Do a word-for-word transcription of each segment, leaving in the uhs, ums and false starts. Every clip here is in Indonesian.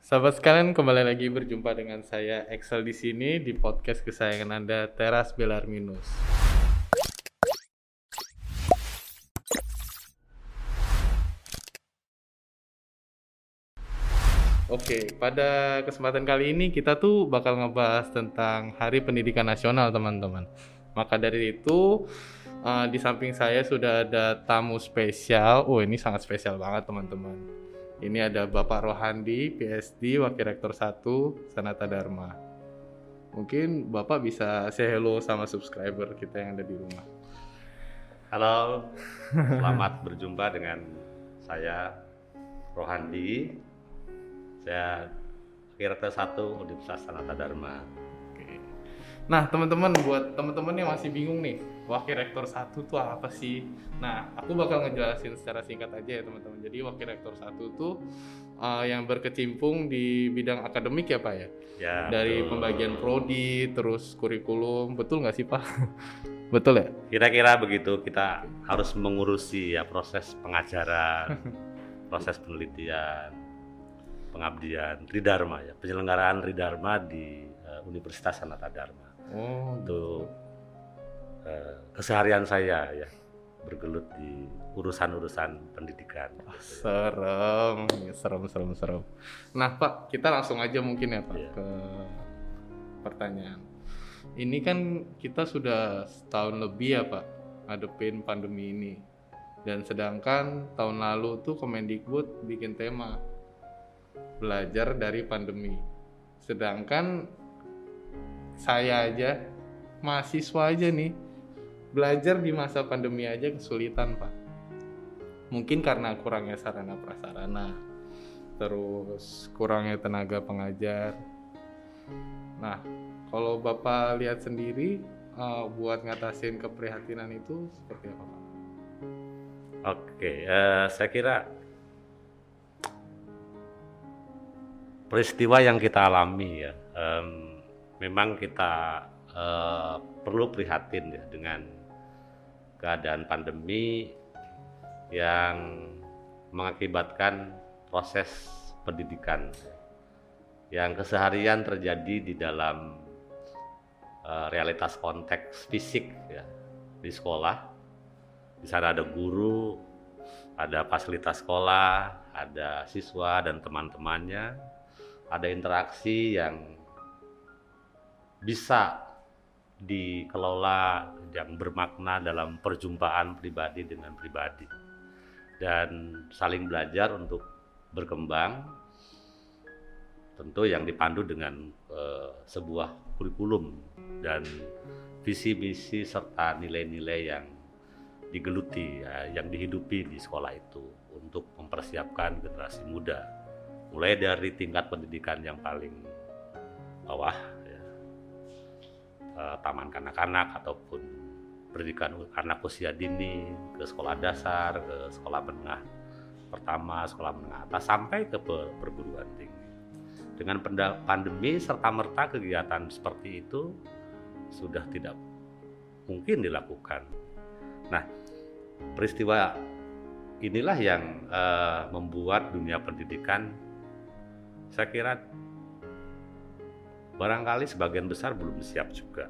Sahabat sekalian, kembali lagi berjumpa dengan saya Excel di sini di podcast kesayangan Anda, Teras Belarminus. Oke, pada kesempatan kali ini kita tuh bakal ngebahas tentang Hari Pendidikan Nasional, teman-teman. Maka dari itu, uh, di samping saya sudah ada tamu spesial. Oh, ini sangat spesial banget, teman-teman. Ini ada Bapak Rohandi, P S D, Wakil Rektor satu, Sanata Dharma. Mungkin Bapak bisa say hello sama subscriber kita yang ada di rumah. Halo, selamat berjumpa dengan saya Rohandi. Saya Wakil Rektor satu Universitas Sanata Dharma. Oke. Nah, teman-teman, buat teman-teman yang masih bingung nih, Wakil Rektor satu itu apa sih? Nah, aku bakal ngejelasin secara singkat aja ya, teman-teman. Jadi Wakil Rektor satu itu uh, yang berkecimpung di bidang akademik ya, Pak ya? Ya, Dari betul. pembagian prodi, terus kurikulum, betul nggak sih, Pak? Betul ya? Kira-kira begitu, kita harus mengurusi ya proses pengajaran, proses penelitian, pengabdian, Tridharma ya, penyelenggaraan Tridharma di uh, Universitas Sanata Dharma. Oh, Itu uh, keseharian saya ya, bergelut di urusan-urusan pendidikan. wah, serem, serem, serem, serem. Nah, Pak, kita langsung aja mungkin ya, Pak, Iya. ke pertanyaan. Ini kan kita sudah setahun lebih ya, Pak, ngadepin pandemi ini. Dan sedangkan tahun lalu tuh Kemendikbud bikin tema belajar dari pandemi. Sedangkan saya aja, mahasiswa aja nih, belajar di masa pandemi aja kesulitan, Pak. Mungkin karena kurangnya sarana prasarana, terus kurangnya tenaga pengajar. Nah, kalau Bapak lihat sendiri, uh, buat ngatasin keprihatinan itu seperti apa, Pak? Oke, uh, saya kira peristiwa yang kita alami ya, um, memang kita uh, perlu prihatin ya dengan keadaan pandemi yang mengakibatkan proses pendidikan yang keseharian terjadi di dalam uh, realitas konteks fisik ya, di sekolah. Di sana ada guru, ada fasilitas sekolah, ada siswa dan teman-temannya, ada interaksi yang bisa dikelola yang bermakna dalam perjumpaan pribadi dengan pribadi dan saling belajar untuk berkembang, tentu yang dipandu dengan uh, sebuah kurikulum dan visi misi serta nilai-nilai yang digeluti ya, yang dihidupi di sekolah itu untuk mempersiapkan generasi muda mulai dari tingkat pendidikan yang paling bawah ya, uh, taman kanak-kanak ataupun pendidikan anak usia dini, ke sekolah dasar, ke sekolah menengah pertama, sekolah menengah atas, sampai ke perguruan tinggi. Dengan pandemi serta-merta kegiatan seperti itu sudah tidak mungkin dilakukan. Nah, peristiwa inilah yang uh, membuat dunia pendidikan, saya kira barangkali sebagian besar belum siap juga.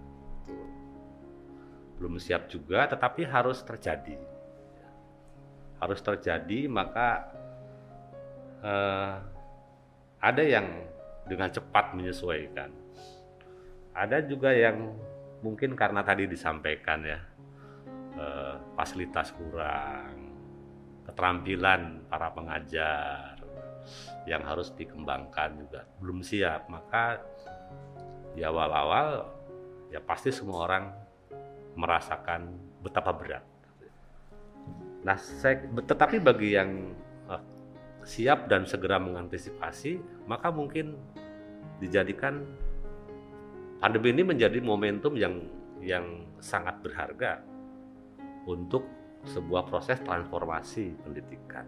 Belum siap juga, tetapi harus terjadi. Harus terjadi, maka uh, ada yang dengan cepat menyesuaikan. Ada juga yang mungkin karena tadi disampaikan ya, uh, fasilitas kurang, keterampilan para pengajar yang harus dikembangkan juga belum siap. Maka di awal-awal ya pasti semua orang merasakan betapa berat. Nah, saya, tetapi bagi yang uh, siap dan segera mengantisipasi, maka mungkin dijadikan pandemi ini menjadi momentum yang yang sangat berharga untuk sebuah proses transformasi pendidikan.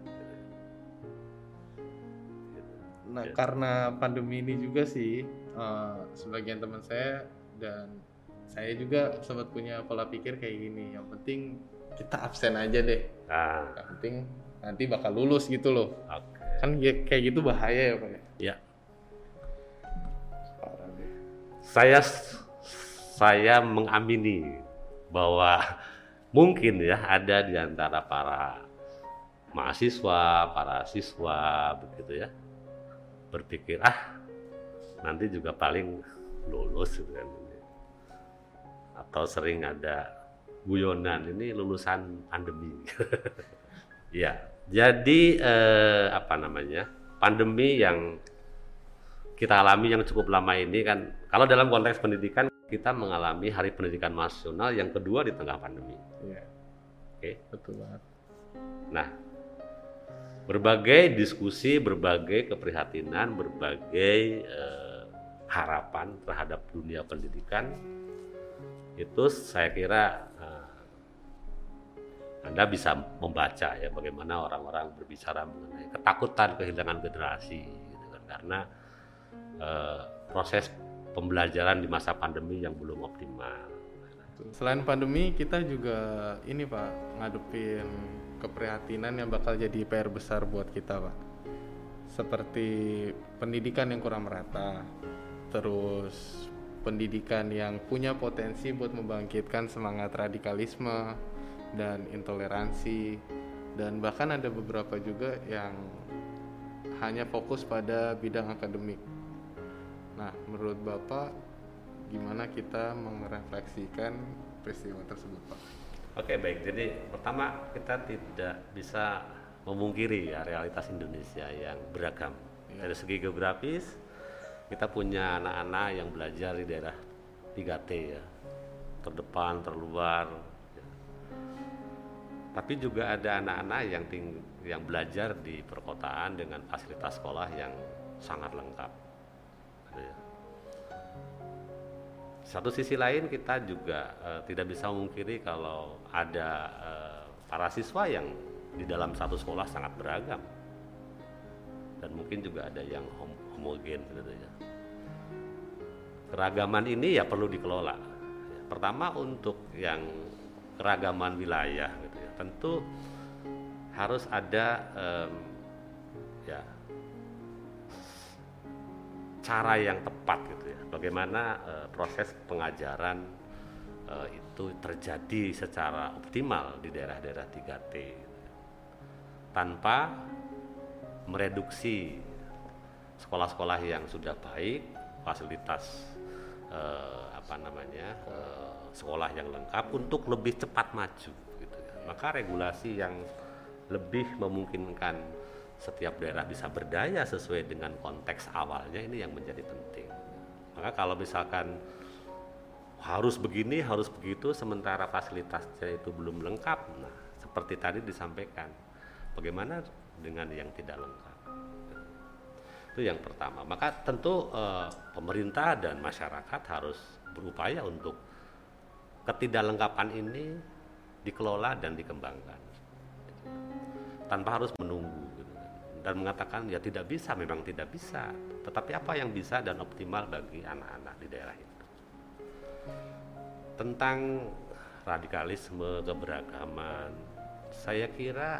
Nah, ya. Karena pandemi ini juga sih, uh, sebagian teman saya dan saya juga sempat punya pola pikir kayak gini, yang penting kita absen aja deh, Nah, yang penting nanti bakal lulus gitu loh. okay. Kan ya, kayak gitu bahaya ya Pak ya? Ya, Parah deh. saya saya mengamini bahwa mungkin ya ada di antara para mahasiswa, para siswa begitu ya, berpikir ah nanti juga paling lulus gitu kan. Atau sering ada guyonan ini lulusan pandemi. Ya, jadi eh, apa namanya, pandemi yang kita alami yang cukup lama ini kan, kalau dalam konteks pendidikan kita mengalami Hari Pendidikan Nasional yang kedua di tengah pandemi. Iya. Oke, Betul banget. nah berbagai diskusi, berbagai keprihatinan, berbagai eh, harapan terhadap dunia pendidikan itu saya kira eh, Anda bisa membaca ya bagaimana orang-orang berbicara mengenai ketakutan kehilangan generasi gitu kan, karena eh, proses pembelajaran di masa pandemi yang belum optimal. Selain pandemi, kita juga ini Pak, ngadepin keprihatinan yang bakal jadi P R besar buat kita Pak. Seperti pendidikan yang kurang merata, terus pendidikan yang punya potensi buat membangkitkan semangat radikalisme dan intoleransi, dan bahkan ada beberapa juga yang hanya fokus pada bidang akademik. Nah, menurut Bapak gimana kita merefleksikan peristiwa tersebut Pak? Oke, baik. Jadi pertama kita tidak bisa memungkiri ya realitas Indonesia yang beragam. Dari segi geografis kita punya anak-anak yang belajar di daerah tiga T ya, terdepan, terluar. Ya. Tapi juga ada anak-anak yang ting yang belajar di perkotaan dengan fasilitas sekolah yang sangat lengkap. Ya. Satu sisi lain kita juga uh, tidak bisa memungkiri kalau ada uh, para siswa yang di dalam satu sekolah sangat beragam dan mungkin juga ada yang hom homogen gitu ya. Keragaman ini ya perlu dikelola. Pertama untuk yang keragaman wilayah gitu ya, tentu harus ada um, ya cara yang tepat gitu ya, bagaimana uh, proses pengajaran uh, itu terjadi secara optimal di daerah-daerah tiga T gitu ya. Tanpa mereduksi sekolah-sekolah yang sudah baik, fasilitas uh, apa namanya uh, sekolah yang lengkap untuk lebih cepat maju gitu ya. Maka regulasi yang lebih memungkinkan setiap daerah bisa berdaya sesuai dengan konteks awalnya ini yang menjadi penting. Maka kalau misalkan harus begini, harus begitu, sementara fasilitasnya itu belum lengkap, nah seperti tadi disampaikan, bagaimana dengan yang tidak lengkap? Itu yang pertama. Maka tentu eh, pemerintah dan masyarakat harus berupaya untuk ketidaklengkapan ini dikelola dan dikembangkan, tanpa harus menunggu dan mengatakan ya tidak bisa, memang tidak bisa, tetapi apa yang bisa dan optimal bagi anak-anak di daerah itu. Tentang radikalisme, keberagaman, saya kira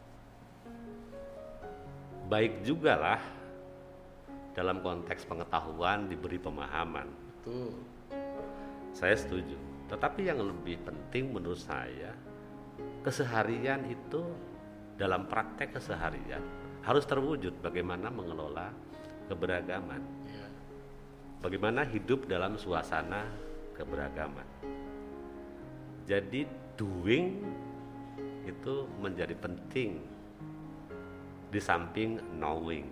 baik juga lah dalam konteks pengetahuan diberi pemahaman. Betul. Saya setuju, tetapi yang lebih penting menurut saya, keseharian itu dalam praktek keseharian harus terwujud bagaimana mengelola keberagaman, Ya. bagaimana hidup dalam suasana keberagaman. Jadi doing itu menjadi penting di samping knowing.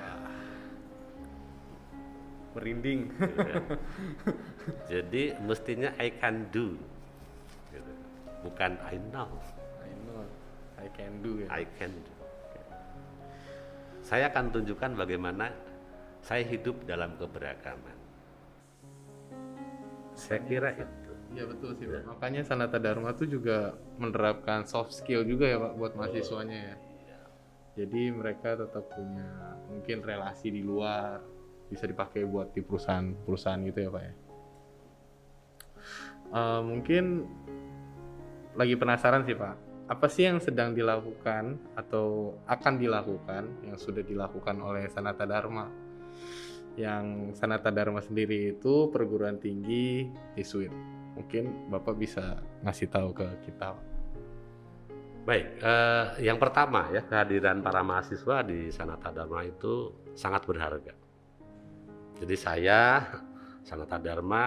Merinding. Jadi mestinya I can do, gitu. Bukan I know. I know, I can do ya. I can do. Saya akan tunjukkan bagaimana saya hidup dalam keberagaman. Saya kira itu. Iya betul sih Pak. Makanya Sanata Dharma tuh juga menerapkan soft skill juga ya Pak buat mahasiswanya ya. Jadi mereka tetap punya mungkin relasi di luar, bisa dipakai buat di perusahaan-perusahaan gitu ya Pak ya. Uh, mungkin lagi penasaran sih Pak. apa sih yang sedang dilakukan atau akan dilakukan yang sudah dilakukan oleh Sanata Dharma? Yang Sanata Dharma sendiri itu perguruan tinggi Jesuit. Mungkin Bapak bisa ngasih tahu ke kita. Baik, eh, yang pertama ya, kehadiran para mahasiswa di Sanata Dharma itu sangat berharga. Jadi saya, Sanata Dharma,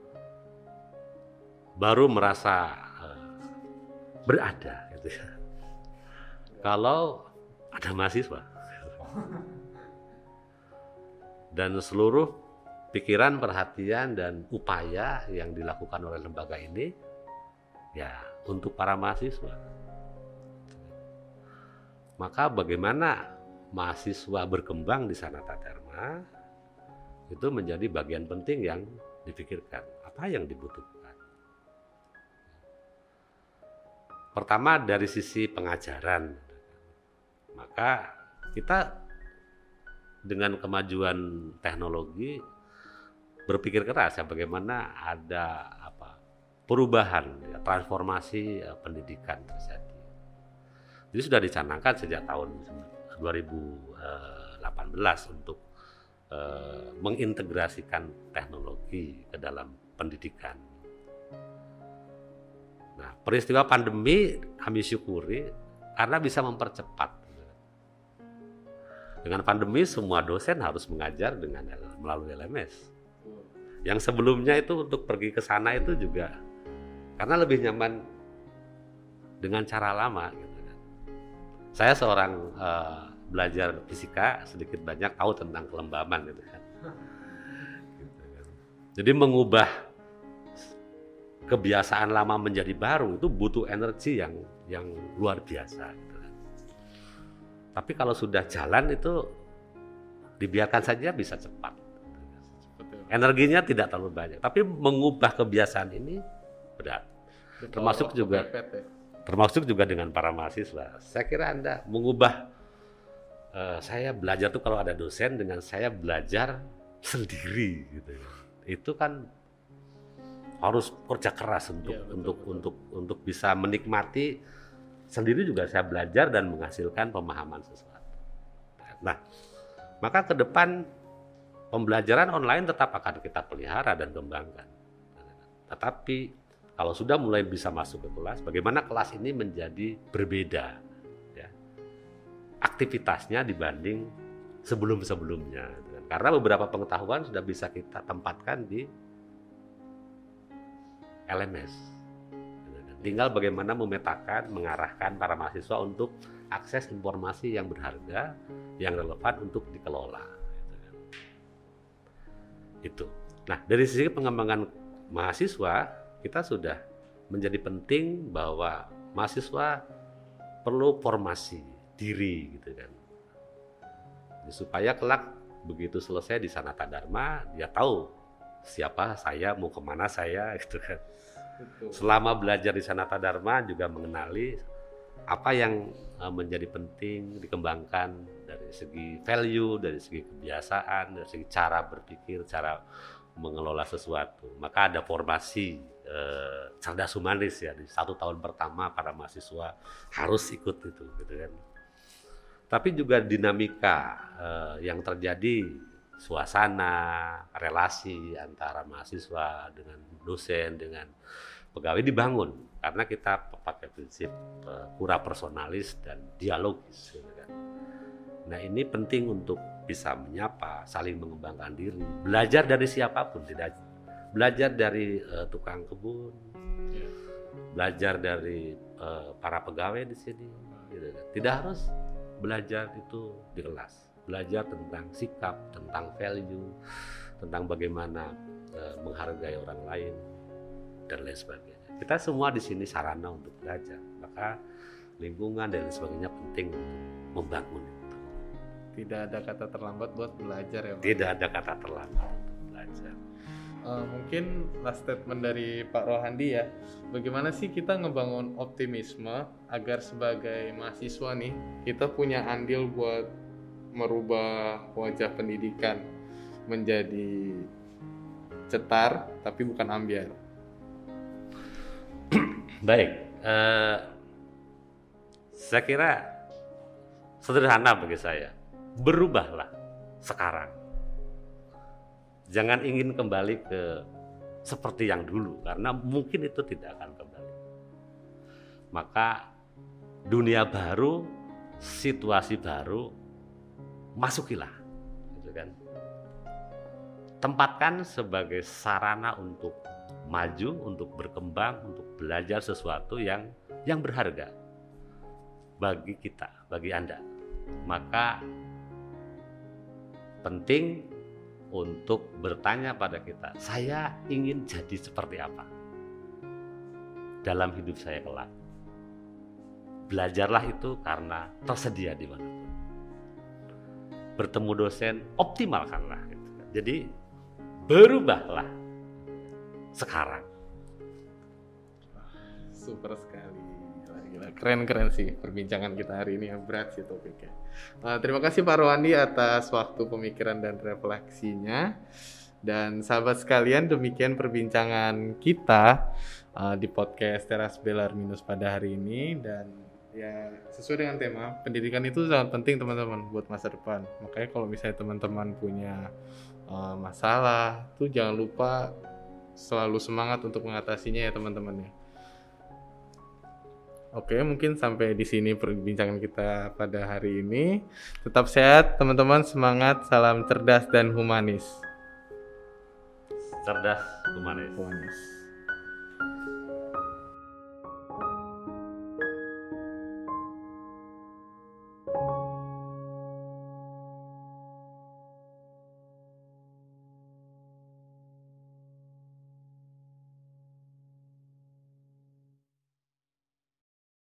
baru merasa eh, berada gitu ya, kalau ada mahasiswa. Dan seluruh pikiran, perhatian, dan upaya yang dilakukan oleh lembaga ini ya untuk para mahasiswa. Maka bagaimana mahasiswa berkembang di Sanata Dharma itu menjadi bagian penting yang dipikirkan. Apa yang dibutuhkan? Pertama dari sisi pengajaran, maka kita dengan kemajuan teknologi berpikir keras ya bagaimana ada apa perubahan, ya, transformasi ya, pendidikan terjadi. Jadi sudah dicanangkan sejak tahun dua ribu delapan belas untuk eh, mengintegrasikan teknologi ke dalam pendidikan. Nah, peristiwa pandemi kami syukuri karena bisa mempercepat. Dengan pandemi semua dosen harus mengajar dengan melalui L M S. Yang sebelumnya itu untuk pergi ke sana itu juga karena lebih nyaman dengan cara lama. Gitu kan. Saya seorang uh, belajar fisika sedikit banyak tahu tentang kelembaban gitu kan. Gitu kan. Jadi mengubah kebiasaan lama menjadi baru itu butuh energi yang yang luar biasa. Gitu kan. Tapi kalau sudah jalan itu dibiarkan saja bisa cepat. Energinya tidak terlalu banyak, tapi mengubah kebiasaan ini berat. Betul, termasuk juga kepepet, ya. termasuk juga dengan para mahasiswa. Saya kira Anda mengubah uh, saya belajar tuh kalau ada dosen dengan saya belajar sendiri gitu. Itu kan harus kerja keras untuk ya, betul, untuk betul. untuk untuk bisa menikmati sendiri juga saya belajar dan menghasilkan pemahaman sesuatu. Nah, maka ke depan pembelajaran online tetap akan kita pelihara dan kembangkan. Tetapi kalau sudah mulai bisa masuk ke kelas, bagaimana kelas ini menjadi berbeda ya, aktivitasnya dibanding sebelum-sebelumnya. Karena beberapa pengetahuan sudah bisa kita tempatkan di L M S. Tinggal bagaimana memetakan, mengarahkan para mahasiswa untuk akses informasi yang berharga, yang relevan untuk dikelola. Itu. Nah, dari sisi pengembangan mahasiswa, kita sudah menjadi penting bahwa mahasiswa perlu formasi diri, gitu kan. Supaya kelak begitu selesai di Sanata Dharma, dia tahu siapa saya, mau kemana saya, gitu kan. Betul. Selama belajar di Sanata Dharma juga mengenali apa yang menjadi penting dikembangkan dari segi value, dari segi kebiasaan, dari segi cara berpikir, cara mengelola sesuatu. Maka ada formasi eh, cerdas humanis ya di satu tahun pertama para mahasiswa harus ikut itu, gitu kan. Tapi juga dinamika eh, yang terjadi, suasana, relasi antara mahasiswa dengan dosen, dengan pegawai dibangun karena kita pakai prinsip uh, pura personalis dan dialogis. Gitu kan. Nah, ini penting untuk bisa menyapa, saling mengembangkan diri, belajar dari siapapun, tidak belajar dari uh, tukang kebun, yeah. belajar dari uh, para pegawai di sini. Gitu kan. Tidak harus belajar itu di kelas. Belajar tentang sikap, tentang value, tentang bagaimana uh, menghargai orang lain dan lain sebagainya. Kita semua di sini sarana untuk belajar, maka lingkungan dan lain sebagainya penting untuk membangun itu. Tidak ada kata terlambat buat belajar ya Pak? Tidak ada kata terlambat untuk belajar. Uh, mungkin last statement dari Pak Rohandi ya, bagaimana sih kita ngebangun optimisme agar sebagai mahasiswa nih kita punya andil buat merubah wajah pendidikan menjadi cetar tapi bukan ambiar. Baik, eh, Saya kira sederhana bagi saya. Berubahlah sekarang. Jangan ingin kembali ke seperti yang dulu, karena mungkin itu tidak akan kembali. Maka dunia baru, situasi baru, masukilah, gitu kan. Tempatkan sebagai sarana untuk maju, untuk berkembang, untuk belajar sesuatu yang yang berharga bagi kita, bagi Anda. Maka penting untuk bertanya pada kita, saya ingin jadi seperti apa dalam hidup saya kelak. Belajarlah itu karena tersedia di manapun. Bertemu dosen, optimalkanlah. Gitu. Jadi berubahlah sekarang. Super sekali. Gila, keren-keren sih perbincangan kita hari ini, yang berat sih topiknya. Uh, terima kasih Pak Rwandi atas waktu pemikiran dan refleksinya. Dan sahabat sekalian, demikian perbincangan kita uh, di podcast Teras Belar Minus pada hari ini. Dan ya sesuai dengan tema, pendidikan itu sangat penting teman-teman buat masa depan. Makanya kalau misalnya teman-teman punya uh, masalah, tuh jangan lupa selalu semangat untuk mengatasinya ya teman-teman ya. Oke, mungkin sampai di sini perbincangan kita pada hari ini. Tetap sehat teman-teman, semangat, salam cerdas dan humanis. Cerdas, humanis. Humanis.